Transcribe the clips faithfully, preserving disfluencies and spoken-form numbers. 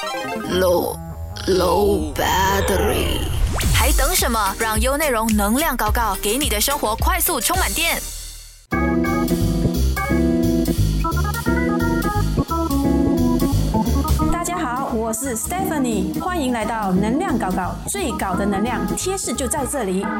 low low battery， 还等什么？让优内容能量高高，给你的生活快速充满电。 大家好，我是 Stephanie， 欢迎来到能量高高，最高的能量贴士就在这里。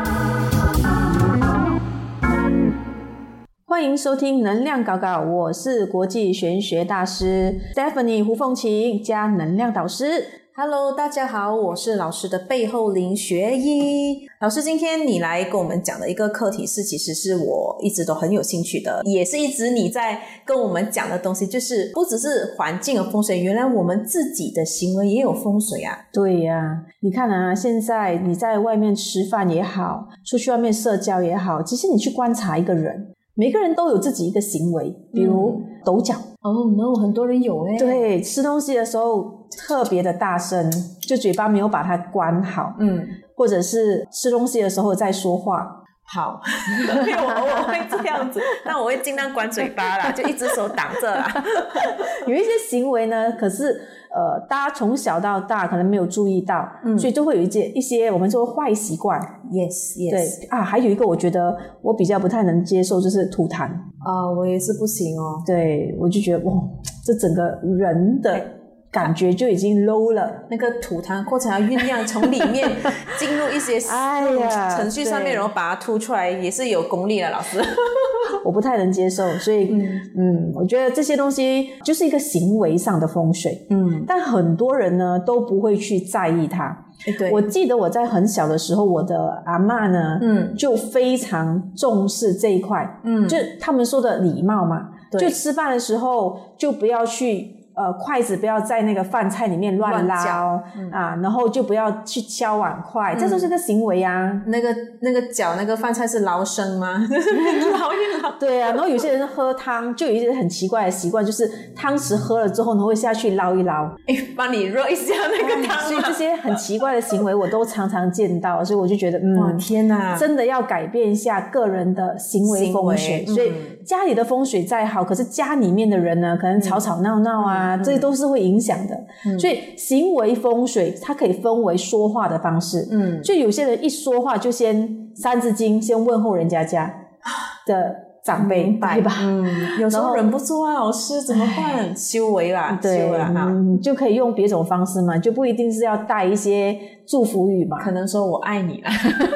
欢迎收听能量搞搞，我是国际玄学大师 Stephanie 胡凤琴加能量导师。 Hello， 大家好，我是老师的背后灵学医老师。今天你来跟我们讲的一个课题是，其实是我一直都很有兴趣的，也是一直你在跟我们讲的东西，就是不只是环境有风水，原来我们自己的行为也有风水啊。 对呀、啊，你看啊，现在你在外面吃饭也好，出去外面社交也好，其实你去观察一个人，每个人都有自己一个行为，比如抖脚。 哦、oh, no， 很多人有耶。 对，吃东西的时候特别的大声，就嘴巴没有把它关好。嗯，或者是吃东西的时候在说话。 好，因为我偶尔会这样子，但我会尽量关嘴巴啦，就一只手挡着啦。 有一些行为呢，可是呃，大家从小到大可能没有注意到，嗯、所以就会有一些一些我们说坏习惯。 Yes, yes。 对啊，还有一个我觉得我比较不太能接受，就是吐痰。 啊、呃，我也是不行哦。 对，我就觉得哇，这整个人的感觉就已经 low 了。 那个吐痰过程要酝酿，从里面进入一些哎呀程序上面，然后把它吐出来，也是有功力的，老师。 我不太能接受，所以 嗯, 嗯，我觉得这些东西就是一个行为上的风水。嗯，但很多人呢都不会去在意它。对，我记得我在很小的时候，我的阿嬷呢，嗯，就非常重视这一块。嗯，就他们说的礼貌嘛，就吃饭的时候就不要去。呃，筷子不要在那个饭菜里面乱捞、嗯、啊，然后就不要去敲碗筷，嗯、这就是个行为啊。 那个那个搅那个饭菜是捞生吗？捞一捞。 对啊，然后有些人喝汤，就有一些很奇怪的习惯，就是汤匙喝了之后呢，会下去捞一捞， 哎，帮你热一下那个汤、 哎。所以这些很奇怪的行为，我都常常见到，所以我就觉得，嗯， 哇天哪， 真的要改变一下个人的行为风水。所以家里的风水再好，可是家里面的人呢，可能吵吵闹闹啊。嗯啊，这些都是会影响的、嗯、所以行为风水它可以分为说话的方式。嗯，就有些人一说话就先三字经，先问候人家家的长辈，对吧？ 嗯，有时候忍不住啊，老师怎么办？修为啦， 对， 修啦、 嗯，就可以用别种方式嘛，就不一定是要带一些祝福语嘛， 可能说我爱你啦。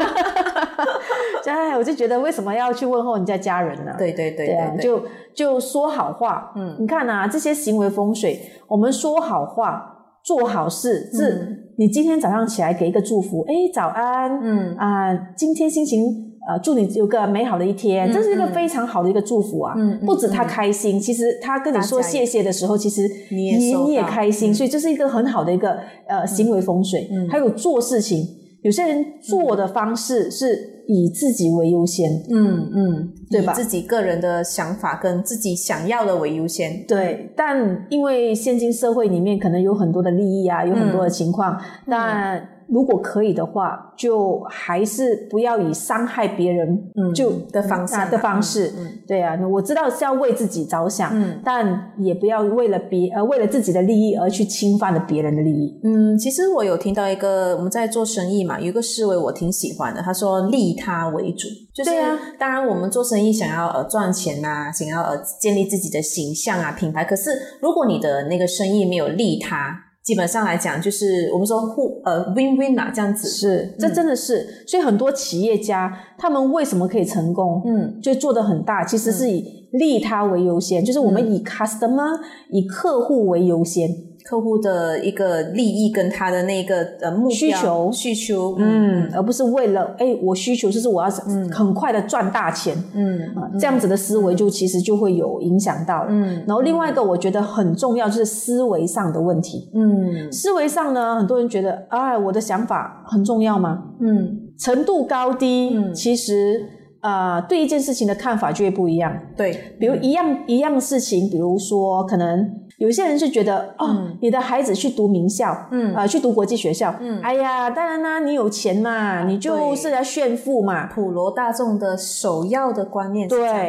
哎，我就觉得为什么要去问候人家家人呢？ 对对对 对, 对, 对、啊、 就就说好话。嗯，你看啊，这些行为风水，我们说好话做好事，是、嗯、你今天早上起来给一个祝福，哎，早安，嗯啊、呃，今天心情呃，祝你有个美好的一天、嗯、这是一个非常好的一个祝福啊。嗯，不止他开心、嗯、其实他跟你说谢谢的时候，其实你也收到， 你也开心、嗯、所以这是一个很好的一个呃行为风水。嗯，还有做事情，有些人做的方式是以自己为优先。嗯嗯，对吧？ 以自己个人的想法跟自己想要的为优先。 对，但因为现今社会里面可能有很多的利益啊，有很多的情况、嗯、但如果可以的话，就还是不要以伤害别人、嗯、就的方式、啊、 的方式、嗯嗯、对啊，我知道是要为自己着想、嗯、但也不要为了别呃为了自己的利益而去侵犯了别人的利益。 嗯，其实我有听到一个，我们在做生意嘛，有一个思维我挺喜欢的，他说利他为主，就是对啊， 当然我们做生意想要呃赚钱啊，想要呃建立自己的形象啊品牌，可是如果你的那个生意没有利他，基本上来讲就是我们说互呃 win win 嘛，这样子。 是，这真的是、嗯、所以很多企业家他们为什么可以成功，嗯，就做得很大，其实是以利他为优先、嗯、就是我们以 customer、嗯、以客户为优先， 客户的一个利益跟他的那个呃目标需求需求， 嗯，而不是为了哎我需求就是我要很快的赚大钱，嗯、啊，这样子的思维就其实就会有影响到了。嗯，然后另外一个我觉得很重要就是思维上的问题。嗯，思维上呢，很多人觉得啊，我的想法很重要吗？嗯，程度高低，嗯，其实呃对一件事情的看法就会不一样。 对， 比如一样、嗯、一样事情，比如说可能有些人是觉得哦、嗯，你的孩子去读名校，嗯，呃，去读国际学校，嗯，哎呀，当然啦，你有钱嘛，你就是来炫富嘛， 普罗大众的首要的观念是这样子。 对，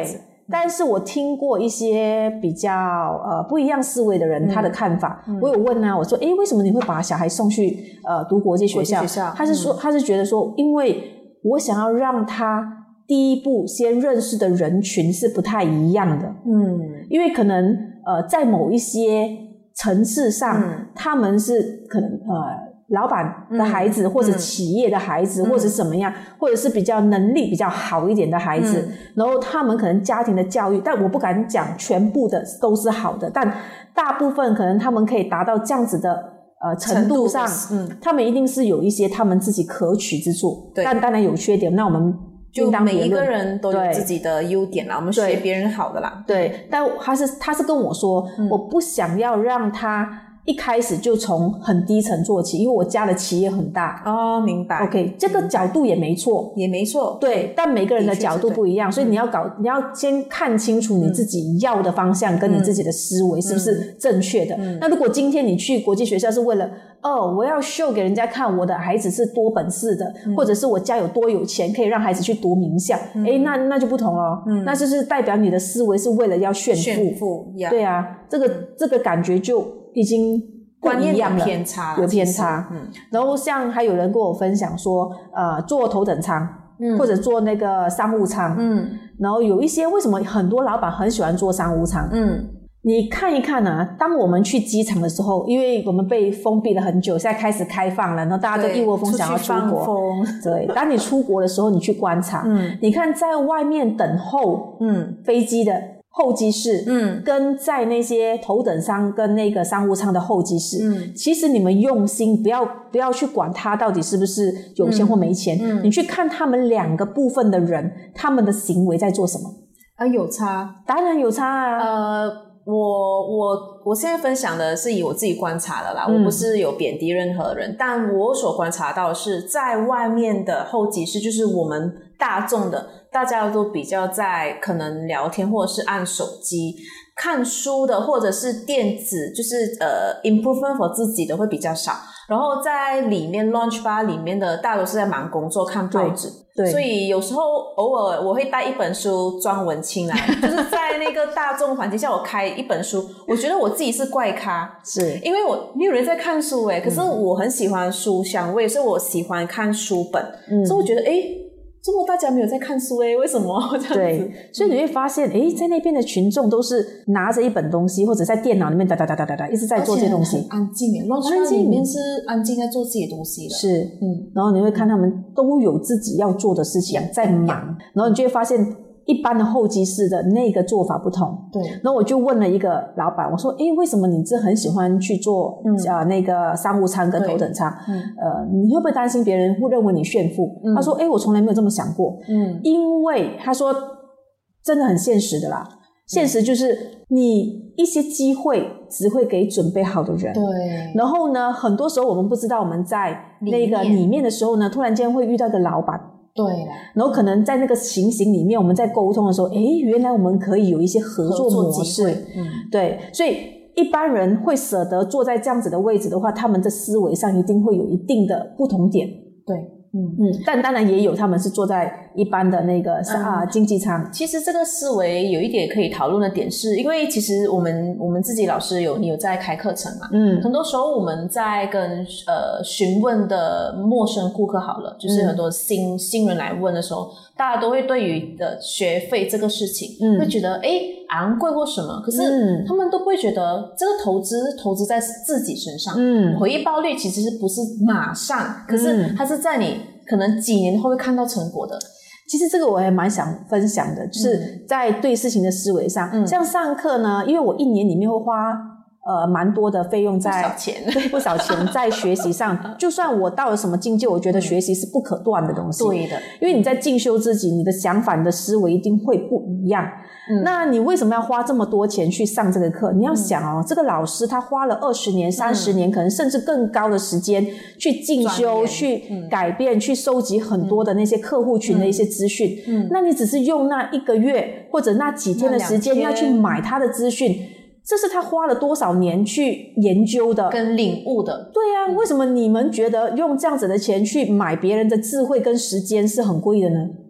但是我听过一些比较呃不一样思维的人、嗯、他的看法、嗯、我有问啊，我说诶为什么你会把小孩送去呃读国际学校？ 国际学校他是说、嗯、他是觉得说因为我想要让他第一步先认识的人群是不太一样的，嗯，因为可能呃在某一些层次上、嗯、他们是可能呃老板的孩子、嗯、或者企业的孩子、嗯、或者怎么样，或者是比较能力比较好一点的孩子、嗯、然后他们可能家庭的教育，但我不敢讲全部的都是好的，但大部分可能他们可以达到这样子的呃程度上，嗯，他们一定是有一些他们自己可取之处，但当然有缺点，那我们就每一个人都有自己的优点啦，我们学别人好的啦， 对，但他是他是跟我说、嗯、我不想要让他一开始就从很低层做起，因为我家的企业很大。 哦，明白。 OK， 这个角度也没错， 也没错。 对，但每个人的角度不一样，所以你要搞，你要先看清楚你自己要的方向跟你自己的思维是不是正确的。嗯嗯、那如果今天你去国际学校是为了哦，我要秀给人家看我的孩子是多本事的，嗯、或者是我家有多有钱，可以让孩子去读名校，嗯、诶那那就不同了。嗯，那就是代表你的思维是为了要炫富。 炫富， 对啊，这个、嗯、这个感觉就已经观念有偏差， 有偏差。嗯，然后像还有人跟我分享说，呃，坐头等舱，嗯，或者坐那个商务舱，嗯，然后有一些为什么很多老板很喜欢坐商务舱，嗯，你看一看啊，当我们去机场的时候，因为我们被封闭了很久，现在开始开放了，然后大家都一窝蜂想要出国， 出对，当你出国的时候，你去观察，嗯，你看在外面等候，嗯，飞机的候机室，嗯，跟在那些头等舱跟那个商务舱的候机室，嗯，其实你们用心，不要不要去管他到底是不是有钱或没钱，嗯，你去看他们两个部分的人，他们的行为在做什么啊？有差， 当然有差啊。 呃，我我我现在分享的是以我自己观察的啦，嗯，我不是有贬低任何人，但我所观察到的是在外面的候机室，就是我们大众的。大家都比较在可能聊天或者是按手机看书的，或者是电子就是呃 improvement for 自己的会比较少，然后在里面 launch bar 里面的大多是在忙工作看报纸， 对对， 所以有时候偶尔我会带一本书装文青来就是在那个大众环境下我开一本书，我觉得我自己是怪咖， 是因为我没有人在看书诶，可是我很喜欢书香味，所以我喜欢看书本，嗯，所以我觉得诶中国大家没有在看书诶，为什么这样子？ 对，所以你会发现，诶，在那边的群众都是拿着一本东西，或者在电脑里面哒哒哒哒哒哒一直在做这些东西， 很安静诶，乱安静里面是安静在做自己的东西的， 是，嗯，然后你会看他们都有自己要做的事情在忙，然后你就会发现。一般的候机室的那个做法不同， 对。 然后我就问了一个老板，我说：“诶，为什么你这很喜欢去做、嗯、呃那个商务舱跟头等舱？嗯，呃，你会不会担心别人会认为你炫富？”嗯、他说：“诶，我从来没有这么想过。”嗯，因为他说真的很现实的啦，现实就是你一些机会只会给准备好的人， 对。 然后呢，很多时候我们不知道我们在那个里面的时候呢，突然间会遇到一个老板。 对， 然后可能在那个情形里面，我们在沟通的时候，诶，原来我们可以有一些合作模式，嗯，对，所以一般人会舍得坐在这样子的位置的话，他们的思维上一定会有一定的不同点， 对， 嗯嗯，但当然也有他们是坐在一般的那个、嗯、啊经济舱。 其实这个思维有一点可以讨论的点是，因为其实我们我们自己老师有你有在开课程嘛，嗯，很多时候我们在跟呃询问的陌生顾客好了，就是很多新、嗯、新人来问的时候，大家都会对于的学费这个事情，嗯，会觉得诶昂贵或什么，可是他们都不会觉得这个投资投资在自己身上，嗯，回报率其实是不是马上，可是它是在你可能几年后会看到成果的。 其实这个我也蛮想分享的，就是在对事情的思维上，嗯，像上课呢，因为我一年里面会花呃蛮多的费用在不少钱， 对，不少钱在学习上。就算我到了什么境界，我觉得学习是不可断的东西， 对的， 因为你在进修自己，你的想法、你的思维一定会不一样。嗯，那你为什么要花这么多钱去上这个课？你要想哦，嗯，这个老师他花了二十年、三十年，嗯，可能甚至更高的时间去进修、去改变、嗯、去收集很多的那些客户群的一些资讯。嗯，那你只是用那一个月或者那几天的时间要去买他的资讯，这是他花了多少年去研究的跟领悟的。 对啊，嗯，为什么你们觉得用这样子的钱去买别人的智慧跟时间是很贵的呢？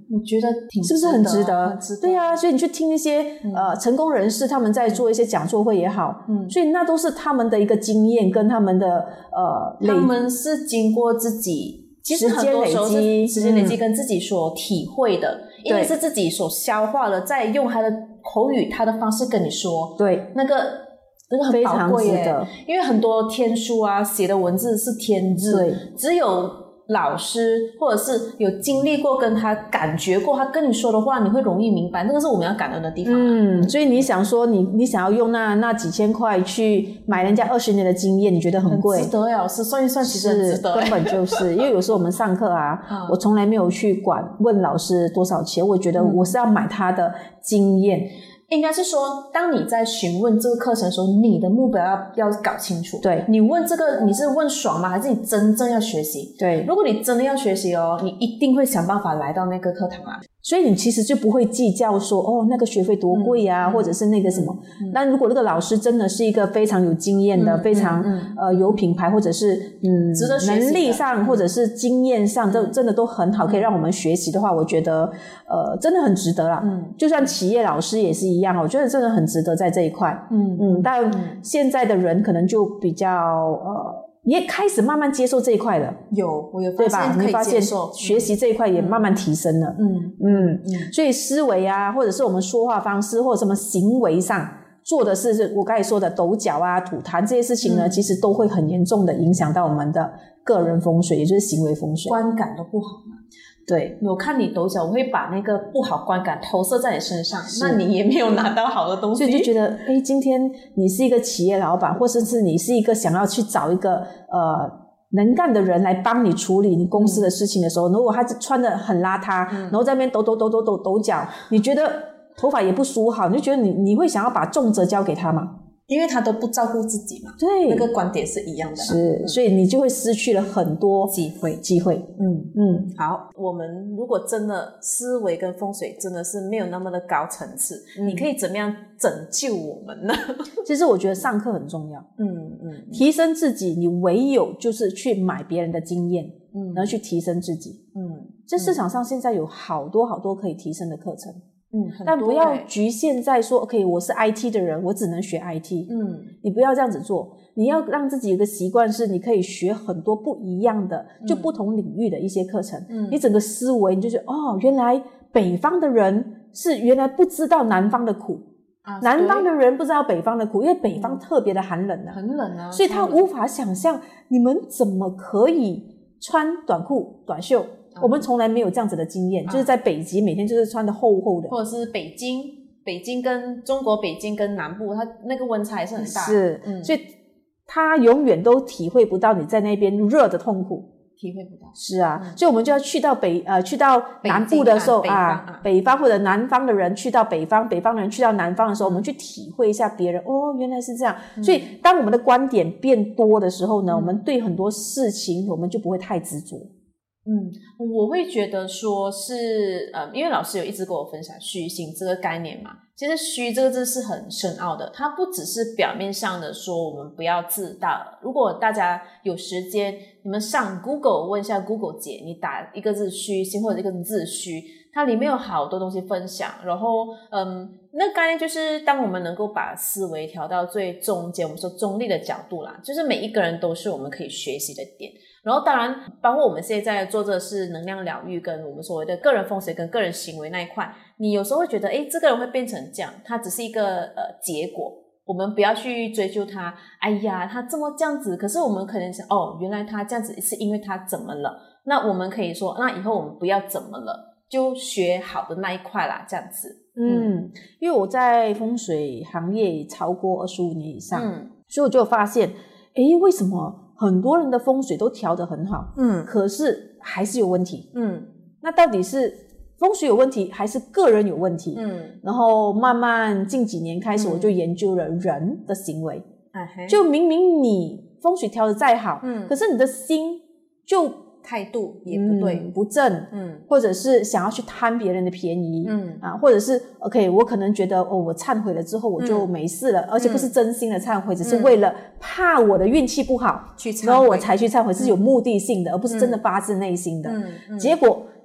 我觉得挺是不是很值得？ 很值得。 对啊，所以你去听一些、嗯、呃成功人士他们在做一些讲座会也好，嗯，所以那都是他们的一个经验跟他们的呃， 他们是经过自己其实很多时候是时间累积跟自己所体会的，嗯、因为是自己所消化了，再用他的口语他的方式跟你说， 对， 那个那个很宝贵耶，因为很多天书啊写的文字是天字，对，只有老师或者是有经历过跟他感觉过他跟你说的话你会容易明白，那个是我们要感恩的地方、啊、 嗯，所以你想说你你想要用那那几千块去买人家二十年的经验，你觉得很贵， 很值得呀，是算一算其实很值得， 根本就是因为有时候我们上课啊、嗯、我从来没有去管问老师多少钱，我觉得我是要买他的经验、嗯， 应该是说当你在询问这个课程的时候，你的目标要要搞清楚， 对， 你问这个你是问爽吗还是你真正要学习， 对， 如果你真的要学习哦，你一定会想办法来到那个课堂啊， 所以你其实就不会计较说哦那个学费多贵啊、嗯、或者是那个什么、嗯、但如果那个老师真的是一个非常有经验的、嗯、非常、嗯、呃有品牌或者是嗯值得学习的能力上或者是经验上都、嗯、真的都很好，可以让我们学习的话，我觉得呃真的很值得啦，嗯，就算企业老师也是一样，我觉得真的很值得在这一块，嗯嗯，但现在的人可能就比较呃也开始慢慢接受这一块了， 有，我有发现可以接受， 对吧？你发现学习这一块也慢慢提升了，嗯嗯嗯，所以思维啊，或者是我们说话方式，或者什么行为上做的是，是我刚才说的抖脚啊、吐痰这些事情呢、嗯，其实都会很严重的影响到我们的个人风水，也就是行为风水， 观感都不好嘛。 对， 我看你抖脚，我会把那个不好观感投射在你身上，那你也没有拿到好的东西， 所以就觉得诶今天你是一个企业老板，或者是你是一个想要去找一个呃能干的人来帮你处理你公司的事情的时候、嗯、如果他穿得很邋遢、嗯、然后在那边抖抖抖抖抖抖脚，你觉得头发也不梳好，你就觉得你你会想要把重责交给他吗？ 因为他都不照顾自己嘛， 对， 那个观点是一样的， 是、嗯、所以你就会失去了很多机会机会。嗯嗯， 好，我们如果真的思维跟风水真的是没有那么的高层次、嗯、你可以怎么样拯救我们呢？ 其实我觉得上课很重要，嗯嗯，提升自己你唯有就是去买别人的经验，嗯，然后去提升自己，嗯，这市场上现在有好多好多可以提升的课程，嗯，但不要局限在说 OK 我是 I T 的人我只能学 I T， 嗯，你不要这样子做，你要让自己有个习惯是你可以学很多不一样的、嗯、就不同领域的一些课程，嗯，你整个思维你就觉得哦原来北方的人是原来不知道南方的苦、啊、南方的人不知道北方的苦，因为北方特别的寒冷啊， 很冷啊， 所以他无法想象你们怎么可以穿短裤短袖，我们从来没有这样子的经验、啊、就是在北极每天就是穿的厚厚的， 或者是北京北京跟中国北京跟南部它那个温差也是很大， 是、嗯、所以他永远都体会不到你在那边热的痛苦， 体会不到， 是啊、嗯、所以我们就要去到北呃去到南部的时候啊，啊北方或者南方的人去到北方，北方的人去到南方的时候、嗯、我们去体会一下别人，哦原来是这样、嗯、所以当我们的观点变多的时候呢、嗯、我们对很多事情我们就不会太执着。 嗯，我会觉得说是呃，因为老师有一直跟我分享虚心这个概念嘛，其实虚这个字是很深奥的，它不只是表面上的说我们不要自大，如果大家有时间你们上 Google 问一下 Google 姐，你打一个字虚心或者一个字虚，它里面有好多东西分享，然后嗯，那概念就是当我们能够把思维调到最中间，我们说中立的角度啦，就是每一个人都是我们可以学习的点，然后当然包括我们现在做的是能量疗愈跟我们所谓的个人风水跟个人行为那一块，你有时候会觉得诶这个人会变成这样，它只是一个呃结果，我们不要去追究他，哎呀他这么这样子，可是我们可能想哦原来他这样子是因为他怎么了，那我们可以说那以后我们不要怎么了，就学好的那一块啦，这样子。 嗯，因为我在风水行业超过二十五年以上，嗯，所以我就发现诶为什么很多人的风水都调得很好，嗯，可是还是有问题，嗯，那到底是风水有问题还是个人有问题？嗯，然后慢慢近几年开始我就研究了人的行为，嗯，就明明你风水调得再好，嗯，可是你的心就态度也不对， 嗯，不正，嗯，或者是想要去贪别人的便宜，嗯啊，或者是 OK 我可能觉得哦我忏悔了之后我就没事了，嗯，而且不是真心的忏悔，嗯，只是为了怕我的运气不好去忏悔，然后我才去忏悔，是有目的性的，嗯，而不是真的发自内心的，嗯嗯，结果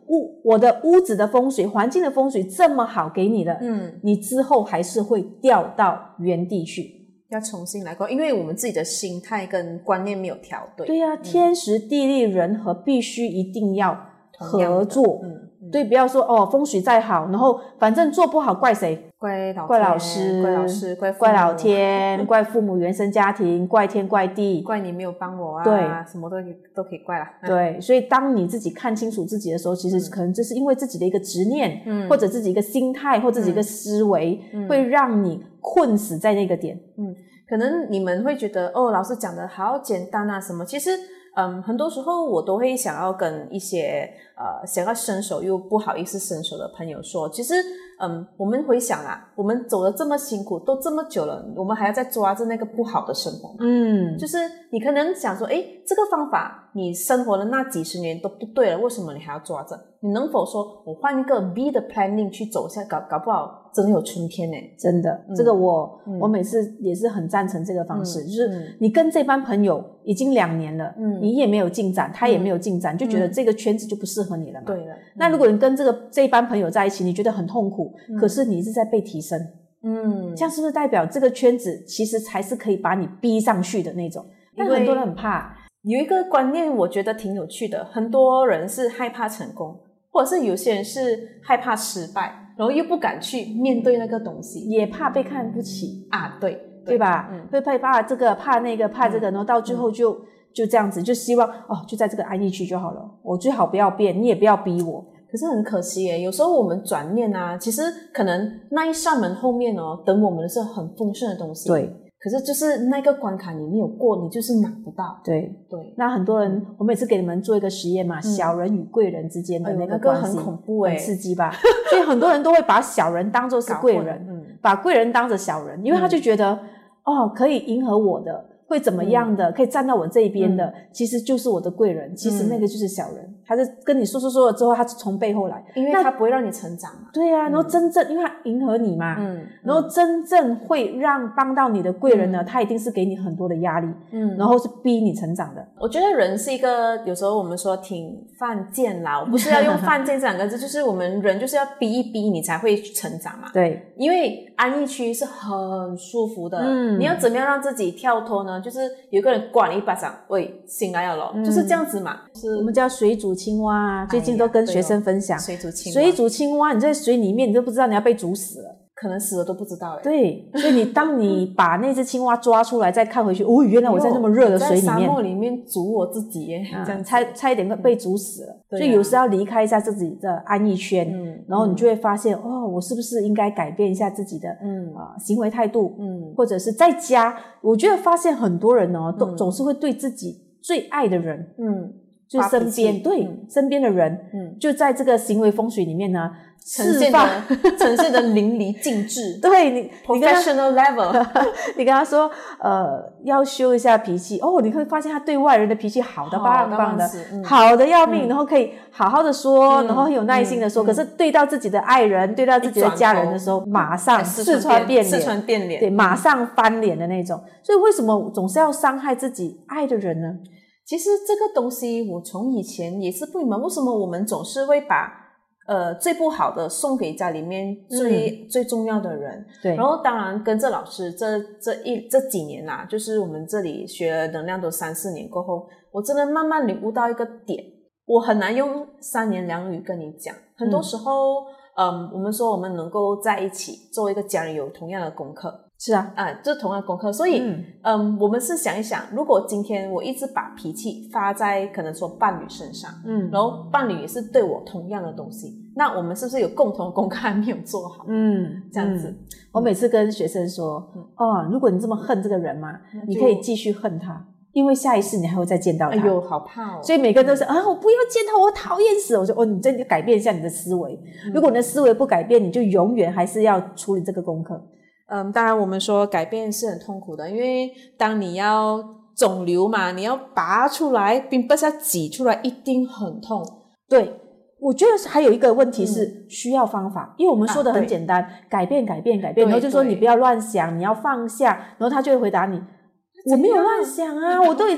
屋我的屋子的风水环境的风水这么好给你了， 嗯， 你之后还是会掉到原地去， 要重新来过，因为我们自己的心态跟观念没有调对。 对啊，嗯、天时地利人和必须一定要合作，嗯嗯、对，不要说哦风水再好，然后反正做不好怪谁？ 怪老怪老师， 怪老师，怪怪老天，怪父母原生家庭，怪天怪地， 怪你没有帮我啊， 对， 什么都都可以怪啦。 对，所以当你自己看清楚自己的时候，其实可能就是因为自己的一个执念，嗯、或者自己一个心态，或者自己一个思维，嗯、会让你困死在那个点。 嗯，可能你们会觉得哦，老师讲的好简单啊，什么？其实。嗯，很多时候我都会想要跟一些呃想要伸手又不好意思伸手的朋友说，其实嗯，我们回想啊，我们走得这么辛苦，都这么久了，我们还要再抓着那个不好的生活。嗯，就是你可能想说，诶，这个方法你生活的那几十年都不对了，为什么你还要抓着？你能否说我换一个 B 的 planning 去走下，搞搞不好真有春天呢？ 真的，嗯、这个我、嗯、我每次也是很赞成这个方式，嗯、就是你跟这班朋友已经两年了，嗯、你也没有进展，他也没有进展，嗯、就觉得这个圈子就不适合你了嘛。 对了， 那如果你跟这个这一班朋友在一起，你觉得很痛苦，嗯、可是你是在被提升，嗯，这样是不是代表这个圈子其实才是可以把你逼上去的那种？但很多人很怕。 有一个观念我觉得挺有趣的，很多人是害怕成功，或者是有些人是害怕失败，然后又不敢去面对那个东西， 也怕被看不起啊，对对, 对吧、嗯、会怕怕这个怕那个怕这个、嗯、然后到最后就、嗯、就这样子，就希望哦就在这个安逸区就好了，我最好不要变，你也不要逼我。 可是很可惜耶，有时候我们转念啊，其实可能那一扇门后面哦，等我们的是很丰盛的东西。 对， 可是就是那个关卡你没有过，你就是拿不到。 对对，那很多人，我每次给你们做一个实验嘛，嗯、小人与贵人之间的那个关系， 哎、那个很恐怖哎， 很刺激吧？所以很多人都会把小人当作是贵人，嗯、把贵人当作小人，因为他就觉得、嗯、哦，可以迎合我的，会怎么样的，嗯、可以站到我这一边的，嗯、其实就是我的贵人，其实那个就是小人，嗯、他是跟你说说说了之后，他从背后来， 因为他不会让你成长嘛。 对啊，然后真正、嗯、因为他迎合你嘛，嗯，然后真正会让帮到你的贵人呢，嗯、他一定是给你很多的压力，嗯，然后是逼你成长的。 我觉得人是一个有时候我们说挺犯贱啦，我不是要用犯贱这两个字，就是我们人就是要逼一逼你才会成长嘛。 对， 因为安逸区是很舒服的，嗯，你要怎么样让自己跳脱呢？就是有一个人刮你一巴掌，喂，醒来了咯，嗯、就是这样子嘛。 我们叫水煮青蛙啊，最近都跟学生分享、哎、 水煮青蛙。 水煮青蛙，你在水里面，你都不知道你要被煮死了， 可能死了都不知道。 对，所以你当你把那只青蛙抓出来，再看回去，哦，原来我在那么热的水里面， 在沙漠里面煮我自己耶， 啊、这样差差一点被煮死了。嗯、所以有时要离开一下自己的安逸圈，嗯，然后你就会发现，嗯、哦，我是不是应该改变一下自己的嗯啊、呃、行为态度，嗯，或者是在家，我觉得发现很多人哦，都、嗯、总是会对自己最爱的人，嗯。就身边对、嗯、身边的人，嗯，就在这个行为风水里面呢， 呈现的呈现的淋漓尽致。 对你 ，professional level， 你跟他说，呃，要修一下脾气，哦，你会发现他对外人的脾气好的棒棒的，嗯、好的要命，嗯、然后可以好好的说，嗯、然后很有耐心的说。嗯、可是对到自己的爱人，嗯、对到自己的家人的时候，马上四川变脸， 四川变脸， 对，马上翻脸的那种。所以为什么总是要伤害自己爱的人呢？ 其实这个东西我从以前也是不明白，为什么我们总是会把呃最不好的送给家里面最、嗯、最重要的人。对，然后当然跟着老师这这一这几年啦，就是我们这里学能量都三四年过后，我真的慢慢领悟到一个点，我很难用三言两语跟你讲。很多时候嗯, 嗯我们说我们能够在一起做一个家人有同样的功课， 是啊， 啊、呃，这同样的功课，所以，嗯, 嗯，我们是想一想，如果今天我一直把脾气发在可能说伴侣身上，嗯，然后伴侣也是对我同样的东西，那我们是不是有共同的功课还没有做好？嗯，这样子。嗯、 我每次跟学生说，嗯、哦，如果你这么恨这个人嘛，你可以继续恨他，因为下一世你还会再见到他。 哎呦，好怕哦！ 所以每个人都是啊，我不要见他，我讨厌死了。我说哦，你真的改变一下你的思维。嗯、如果你的思维不改变，你就永远还是要处理这个功课。 嗯，当然我们说改变是很痛苦的，因为当你要肿瘤嘛，你要拔出来并不是要挤出来，一定很痛。 对，我觉得还有一个问题是需要方法，嗯、因为我们说的很简单，啊、改变改变改变，然后就说你不要乱想，你要放下，然后他就会回答你，我没有乱想啊，我都已经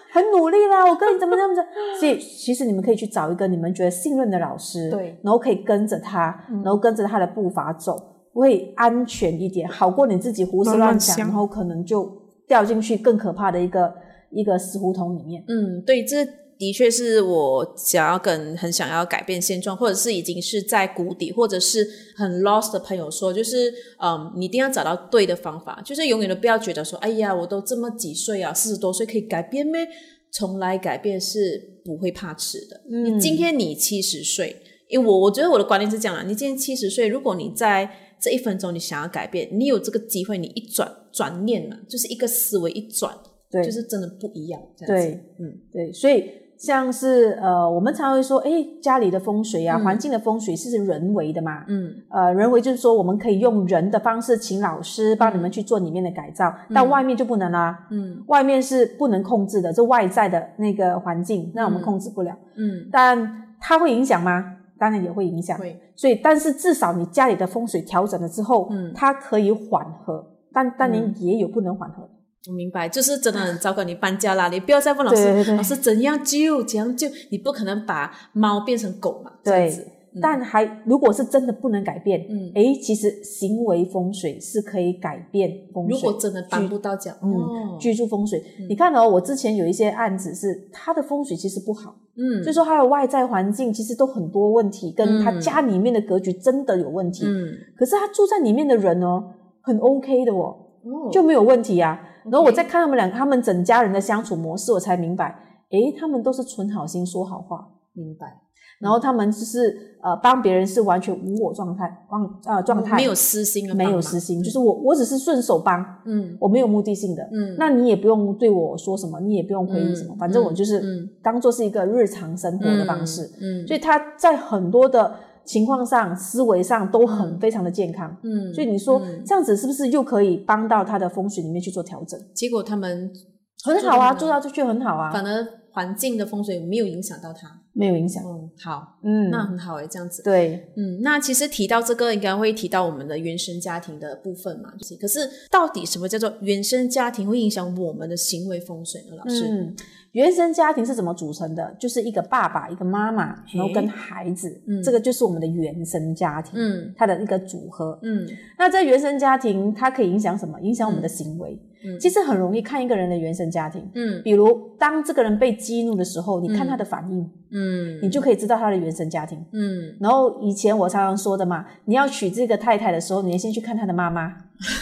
很努力啦，我跟你怎么怎么怎么，所以其实你们可以去找一个你们觉得信任的老师， 对， 然后可以跟着他，然后跟着他的步伐走，会安全一点，好过你自己胡思乱想，然后可能就掉进去更可怕的一个一个死胡同里面。 嗯，对，这的确是我想要跟很想要改变现状，或者是已经是在谷底，或者是很 lost 的朋友说，就是嗯，你一定要找到对的方法，就是永远都不要觉得说，哎呀，我都这么几岁啊，四十多岁可以改变咩？从来改变是不会怕迟的。嗯，你今天你七十岁，因为我我觉得我的观念是这样啦，你今天七十岁，如果你在这一分钟你想要改变，你有这个机会，你一转转念了，就是一个思维一转，对，就是真的不一样。这样子， 对，嗯，对，所以。像是呃，我们常会说，诶，家里的风水啊，嗯、环境的风水是人为的嘛，嗯，呃，人为就是说我们可以用人的方式请老师帮你们去做里面的改造，嗯、但外面就不能啦，嗯，外面是不能控制的，这外在的那个环境，那我们控制不了，嗯，但它会影响吗？当然也会影响，会，所以但是至少你家里的风水调整了之后，嗯，它可以缓和，但但你也有不能缓和的。 我明白，就是真的很糟糕，你搬家啦，你不要再问老师，对对对，老师怎样救怎样救，你不可能把猫变成狗嘛，这样子。 嗯、但还如果是真的不能改变，嗯，诶，其实行为风水是可以改变风水。 如果真的搬不到家， 嗯，哦、居住风水，嗯、你看哦，我之前有一些案子是他的风水其实不好，嗯，所以说他的外在环境其实都很多问题，跟他家里面的格局真的有问题，嗯，可是他住在里面的人哦，很 OK 的哦，哦就没有问题啊。然后我再看他们两个他们整家人的相处模式，我才明白，诶，他们都是存好心说好话， 明白。 然后他们就是呃帮别人是完全无我状态，呃状态、 嗯、没有私心的， 没有私心，就是我我只是顺手帮，嗯，我没有目的性的，嗯，那你也不用对我说什么，你也不用回应什么，嗯、反正我就是当做是一个日常生活的方式，嗯，嗯所以他在很多的情况上思维上都很、嗯、非常的健康，嗯，所以你说、嗯、这样子是不是又可以帮到他的风水里面去做调整？ 结果他们很好啊，做到就很好啊， 反而环境的风水没有影响到他， 没有影响。 嗯，好，嗯，那很好诶，这样子。 对， 嗯，那其实提到这个，应该会提到我们的原生家庭的部分嘛，就是。可是到底什么叫做原生家庭会影响我们的行为风水呢？老师？嗯， 原生家庭是怎么组成的？就是一个爸爸，一个妈妈，然后跟孩子，嗯，这个就是我们的原生家庭，嗯，它的一个组合，嗯。那在原生家庭，它可以影响什么？影响我们的行为。嗯，其实很容易看一个人的原生家庭，嗯，比如当这个人被激怒的时候，你看他的反应，嗯，你就可以知道他的原生家庭，嗯。然后以前我常常说的嘛，你要娶这个太太的时候，你先去看他的妈妈。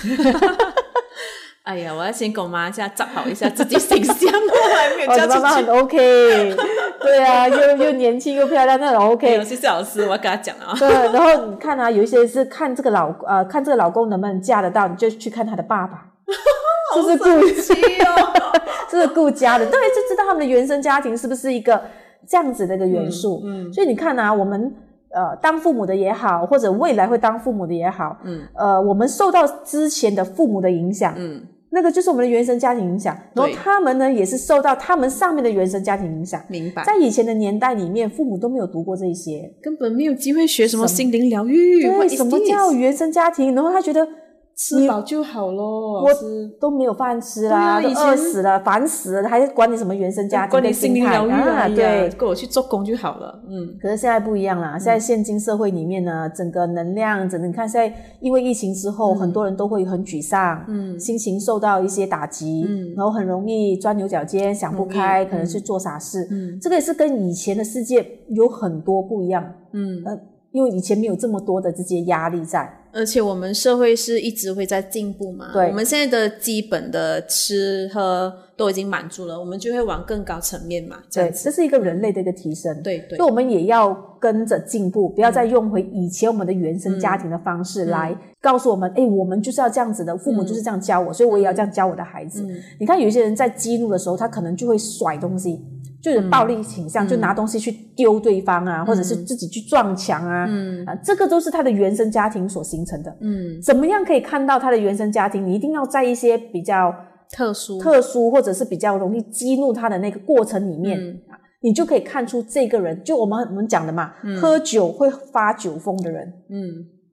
哎呀，我要先跟我妈家找好一下自己形象，我还没有嫁出去。 我的妈妈很 OK， 对啊，又又年轻又漂亮，那很 OK。 谢谢老师，我要跟他讲啊。 对，然后你看啊，有一些是看这个老呃，看这个老公能不能嫁得到，你就去看他的爸爸。这是顾哦， 这是顾家的，当然就知道他们的原生家庭是不是一个这样子的一个元素。嗯，嗯所以你看啊，我们呃当父母的也好，或者未来会当父母的也好，嗯，呃，我们受到之前的父母的影响，嗯，那个就是我们的原生家庭影响，然后他们呢也是受到他们上面的原生家庭影响。 明白。 在以前的年代里面，父母都没有读过这一些， 根本没有机会学什么心灵疗愈。 对，什么叫原生家庭？然后他觉得。 吃饱就好咯， 我都没有饭吃啦，啊、都饿死了，烦死了，还管你什么原生家庭， 管你心灵疗愈啊， 对， 跟我去做工就好了。嗯， 可是现在不一样啦，现在现今社会里面呢，整个能量，整个你看现在因为疫情之后，嗯、很多人都会很沮丧，嗯，心情受到一些打击，嗯，然后很容易钻牛角尖，想不开，嗯、可能去做傻事，嗯，这个也是跟以前的世界有很多不一样，嗯，呃，因为以前没有这么多的这些压力在。 而且我们社会是一直会在进步嘛， 对， 我们现在的基本的吃喝都已经满足了，我们就会往更高层面嘛，这样子。 对，这是一个人类的一个提升， 对对， 所以我们也要跟着进步，不要再用回以前我们的原生家庭的方式来告诉我们，哎、嗯，我们就是要这样子的，父母就是这样教我，嗯、所以我也要这样教我的孩子。嗯、你看有一些人在激怒的时候，他可能就会甩东西。就是暴力倾向、嗯、就拿东西去丢对方啊、嗯、或者是自己去撞墙啊、嗯啊、这个都是他的原生家庭所形成的。嗯，怎么样可以看到他的原生家庭？你一定要在一些比较特殊特殊或者是比较容易激怒他的那个过程里面、嗯、你就可以看出这个人，就我们我们讲的嘛、嗯、喝酒会发酒疯的人，嗯，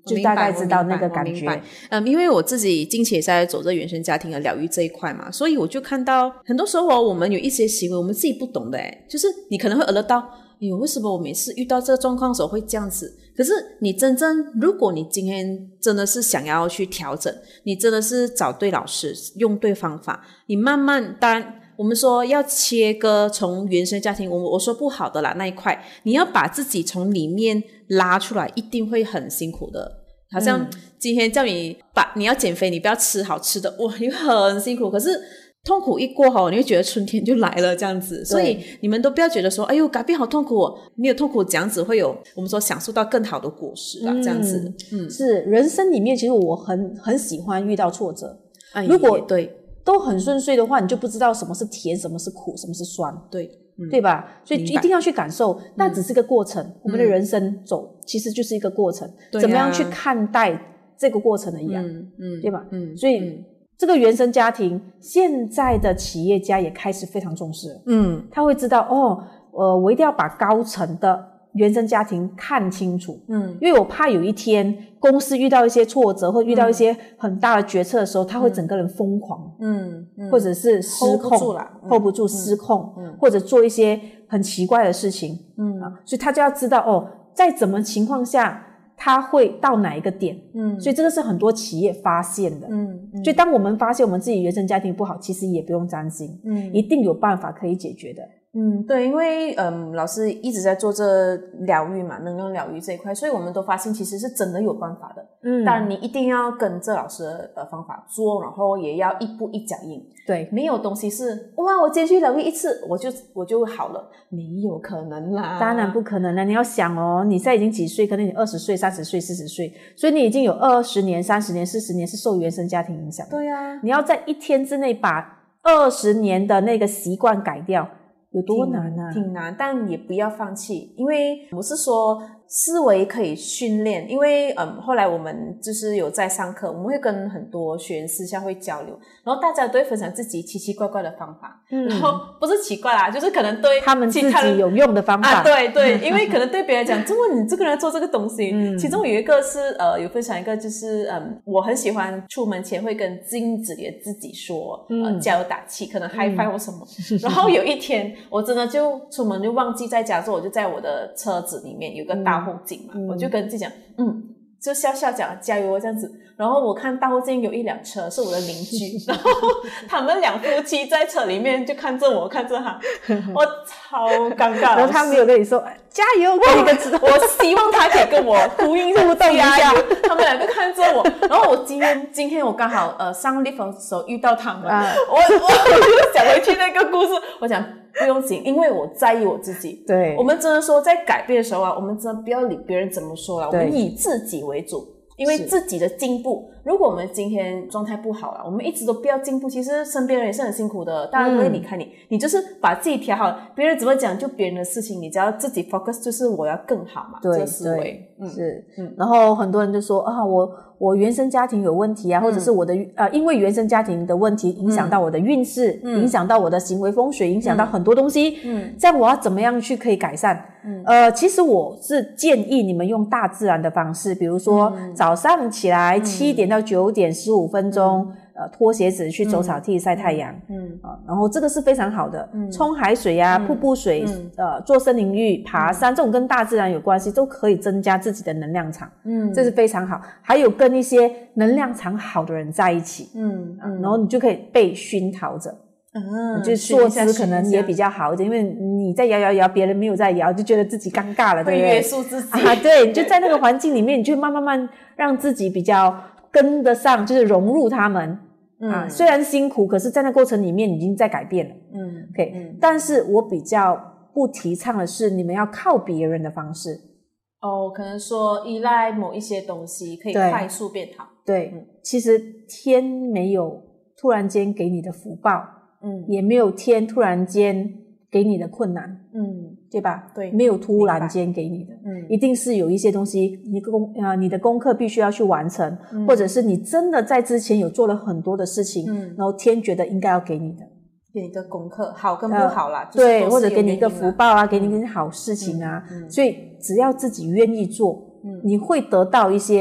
就大概知道那个感觉。 嗯，因为我自己近期也在走这原生家庭的疗愈这一块嘛，所以我就看到很多时候我们有一些行为我们自己不懂的诶，就是你可能会 alert 到哎呦，为什么我每次遇到这个状况的时候会这样子？可是你真正，如果你今天真的是想要去调整，你真的是找对老师，用对方法，你慢慢，当然我们说要切割从原生家庭，我我说不好的啦那一块，你要把自己从里面拉出来，一定会很辛苦的。好像今天叫你把你要减肥，你不要吃好吃的，哇，你很辛苦，可是痛苦一过后，你会觉得春天就来了这样子。所以你们都不要觉得说哎呦改变好痛苦哦，没有痛苦这样子会有我们说享受到更好的果实啊、嗯、这样子。 嗯，是人生里面其实我很很喜欢遇到挫折、 哎、 如果对都很顺遂的话，你就不知道什么是甜，什么是苦，什么是酸。 对、 嗯、对吧？所以一定要去感受，那只是个过程、嗯、我们的人生走其实就是一个过程、嗯、怎么样去看待这个过程的一样、嗯嗯、对吧？嗯，所以、嗯这个原生家庭，现在的企业家也开始非常重视了。嗯，他会知道哦，呃，我一定要把高层的原生家庭看清楚。嗯，因为我怕有一天公司遇到一些挫折或遇到一些很大的决策的时候，嗯、他会整个人疯狂。嗯，嗯或者是失控 hold 不住啦、 嗯、hold 不住失控、嗯嗯，或者做一些很奇怪的事情。嗯、啊，所以他就要知道哦，在怎么情况下他会到哪一个点。嗯，所以这个是很多企业发现的。嗯，嗯所以当我们发现我们自己原生家庭不好，其实也不用担心。嗯，一定有办法可以解决的。 嗯，对，因为嗯，老师一直在做这疗愈嘛，能量疗愈这一块，所以我们都发现其实是真的有办法的。嗯，当然你一定要跟着老师的呃方法做，然后也要一步一脚印。 对， 没有东西是哇，我今天去疗愈一次，我就我就好了，没有可能啦， 当然不可能啦。你要想哦，你现在已经几岁？可能你二十岁、三十岁、四十岁，所以你已经有二十年、三十年、四十年是受原生家庭影响的。 对啊， 你要在一天之内把二十年的那个习惯改掉。有多难啊？ 挺难，但也不要放弃，因为我是说思维可以训练。因为嗯，后来我们就是有在上课，我们会跟很多学员私下会交流，然后大家都会分享自己奇奇怪怪的方法。嗯，然后不是奇怪啦，就是可能对他们自己有用的方法。 啊，对对，因为可能对别人讲，怎么你这个人做这个东西？嗯，其中有一个是呃，有分享一个就是嗯，我很喜欢出门前会跟镜子里的自己说，嗯、呃，加油打气，可能 high five 或什么。嗯、然后有一天。我真的就出门就忘记在家之后，我就在我的车子里面有个大后镜嘛、嗯、我就跟自己讲嗯，就笑笑讲加油这样子。然后我看大后镜有一辆车是我的邻居然后他们两夫妻在车里面就看着我看着他，我超尴尬。 然后他没有跟你说加油给你个指头， 我希望他可以跟我呼应互动一下。他们两个看着我，然后我今天今天我刚好呃上 lift 的时候遇到他们、啊、我我我就想回去那个故事，我讲不用紧，因为我在意我自己。 对， 我们真的说在改变的时候啊，我们真的不要理别人怎么说啦，我们以自己为主，因为自己的进步。如果我们今天状态不好啦，我们一直都不要进步，其实身边人也是很辛苦的，大家都会离开你、嗯、你就是把自己调好，别人怎么讲就别人的事情，你只要自己 focus 就是我要更好嘛。 对， 这个思维、 嗯、是、嗯、然后很多人就说啊，我我原生家庭有问题啊，或者是我的、嗯、呃，因为原生家庭的问题影响到我的运势、嗯、影响到我的行为风水，影响到很多东西。嗯，这样我要怎么样去可以改善？嗯，呃，其实我是建议你们用大自然的方式，比如说、嗯、早上起来七点到九点十五分钟、嗯、呃，脱鞋子去走草地、嗯、晒太阳。嗯，啊，然后这个是非常好的。嗯，冲海水啊、嗯、瀑布水、嗯、呃，做森林浴、爬山、嗯、这种跟大自然有关系，都可以增加自己的能量场。嗯，这是非常好。还有跟一些能量场好的人在一起。嗯，啊、然后你就可以被熏陶着。嗯，就是坐姿可能也比较好一点，因为你在摇摇摇，别人没有在摇，就觉得自己尴尬了，对不对？ 会约束自己啊，对，你就在那个环境里面，你就慢慢慢让自己比较跟得上，就是融入他们。嗯、啊，虽然辛苦，可是在那过程里面已经在改变了。嗯 ，OK，、嗯、但是我比较不提倡的是你们要靠别人的方式。 哦，可能说依赖某一些东西可以快速变好。 对，嗯、其实天没有突然间给你的福报。嗯，也没有天突然间给你的困难，嗯，对吧？ 对， 没有突然间给你的，嗯，一定是有一些东西，你功啊，你的功课必须要去完成、嗯，或者是你真的在之前有做了很多的事情，嗯，然后天觉得应该要给你的， 给你的功课好跟不好啦， 呃就是、对，或者给你一个福报啊，嗯、给你一件好事情啊、嗯嗯，所以只要自己愿意做，嗯，你会得到一些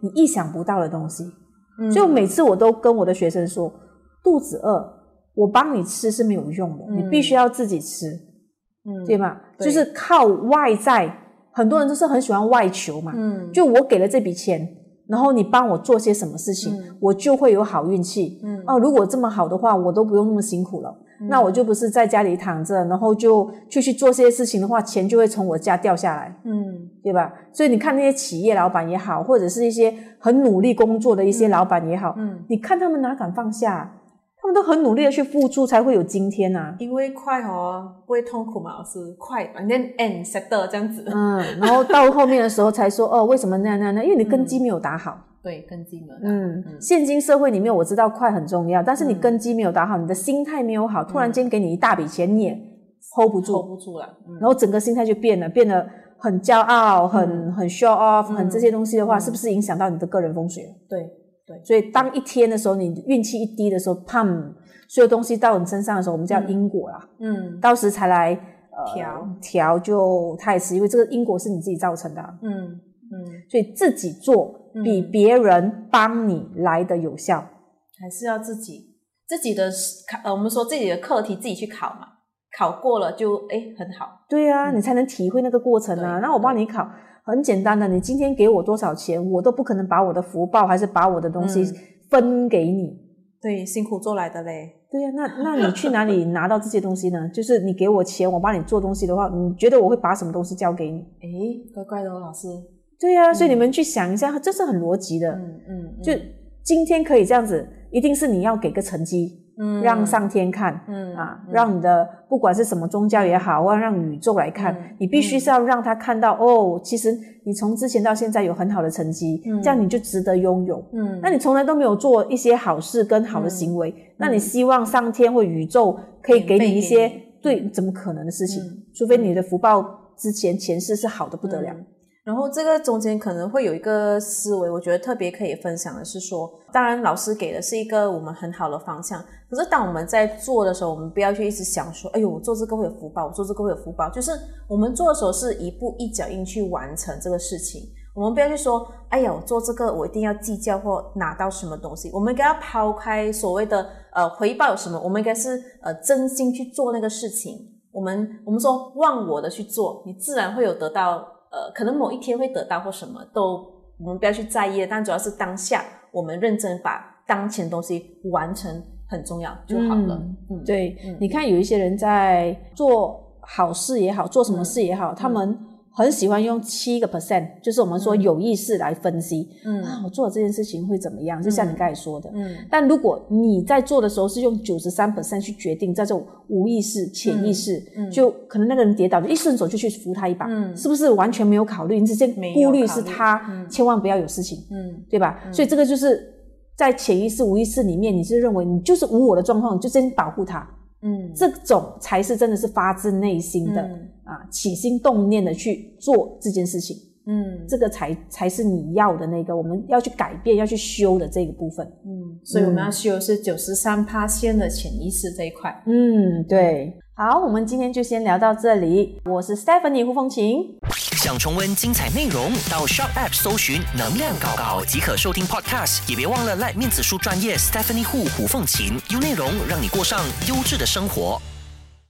你意想不到的东西。嗯、所以每次我都跟我的学生说，肚子饿我帮你吃是没有用的、嗯、你必须要自己吃、嗯、对吗？对，就是靠外在，很多人都是很喜欢外求嘛、嗯、就我给了这笔钱，然后你帮我做些什么事情、嗯、我就会有好运气、嗯啊、如果这么好的话我都不用那么辛苦了、嗯、那我就不是在家里躺着，然后就去去做这些事情的话，钱就会从我家掉下来，嗯，对吧？所以你看那些企业老板也好，或者是一些很努力工作的一些老板也好，嗯，你看他们哪敢放下，他们都很努力的去付出，才会有今天啊。 因为快哦，不会痛苦嘛，老师，快 and then end settle 这样子。 嗯，然后到后面的时候才说哦，为什么那样那样那样？因为你根基没有打好。嗯、 对，根基没有打好。 嗯，嗯现今社会里面我知道快很重要，但是你根基没有打好，你的心态没有好，突然间给你一大笔钱，你也 hold 不住 ，hold 不住了。嗯、 然后整个心态就变了，变得很骄傲，很、嗯、很 show off，、嗯、很这些东西的话，嗯、是不是影响到你的个人风水了？ 对对。 所以当一天的时候，你运气一低的时候，砰！所有东西到你身上的时候，我们叫因果啦。嗯，到时才来呃调调就太迟，因为这个因果是你自己造成的、啊。嗯嗯，所以自己做比别人帮你来的有效， 还是要自己自己的呃，我们说自己的课题自己去考嘛，考过了就诶很好。 对啊、嗯，你才能体会那个过程啊。那我帮你考，很简单的，你今天给我多少钱，我都不可能把我的福报还是把我的东西分给你。嗯、 对，辛苦做来的嘞。 对呀、啊，那那你去哪里拿到这些东西呢？就是你给我钱，我帮你做东西的话，你觉得我会把什么东西交给你？ 诶，怪怪的哦，老师。 对呀、啊，所以你们去想一下，这是很逻辑的。嗯嗯，就今天可以这样子，一定是你要给个成绩，嗯，让上天看，嗯啊，嗯让你的不管是什么宗教也好，或者让宇宙来看，嗯、你必须是要让他看到、嗯、哦，其实你从之前到现在有很好的成绩，嗯、这样你就值得拥有。嗯，那你从来都没有做一些好事跟好的行为，嗯、那你希望上天或宇宙可以给你一些对怎么可能的事情？嗯、除非你的福报之前前世是好的不得了。嗯然后这个中间可能会有一个思维，我觉得特别可以分享的是说，当然老师给的是一个我们很好的方向，可是当我们在做的时候，我们不要去一直想说，哎呦，我做这个会有福报，我做这个会有福报，就是我们做的时候是一步一脚印去完成这个事情，我们不要去说，哎呀，我做这个我一定要计较或拿到什么东西，我们应该要抛开所谓的呃回报有什么，我们应该是呃真心去做那个事情，我们我们说忘我的去做，你自然会有得到。呃，可能某一天会得到或什么都我们不要去在意，但主要是当下我们认真把当前的东西完成很重要就好了。嗯， 嗯对、嗯，你看有一些人在做好事也好，做什么事也好，嗯、他们很喜欢用七个 percent， 就是我们说有意识来分析。嗯，啊，我做了这件事情会怎么样？就像你刚才说的。嗯，但如果你在做的时候是用 百分之九十三 去决定，在这种无意识、潜意识，嗯嗯、就可能那个人跌倒，就一顺手就去扶他一把，嗯，是不是完全没有考虑？你直接顾虑是他、嗯、千万不要有事情，嗯，对吧？嗯、所以这个就是在潜意识、无意识里面，你是认为你就是无我的状况，你就先保护他。嗯，这种才是真的是发自内心的、嗯、啊，起心动念的去做这件事情。嗯，这个才才是你要的那个，我们要去改变、要去修的这个部分。 嗯，所以我们要修的是 百分之九十三 的潜意识这一块。 嗯，对。好，我们今天就先聊到这里。我是 Stephanie 胡凤琴。 想重温精彩内容，到 Shop App 搜寻能量高高即可收听 Podcast， 也别忘了 like 面子书专业 Stephanie 胡胡凤琴，有内容让你过上优质的生活。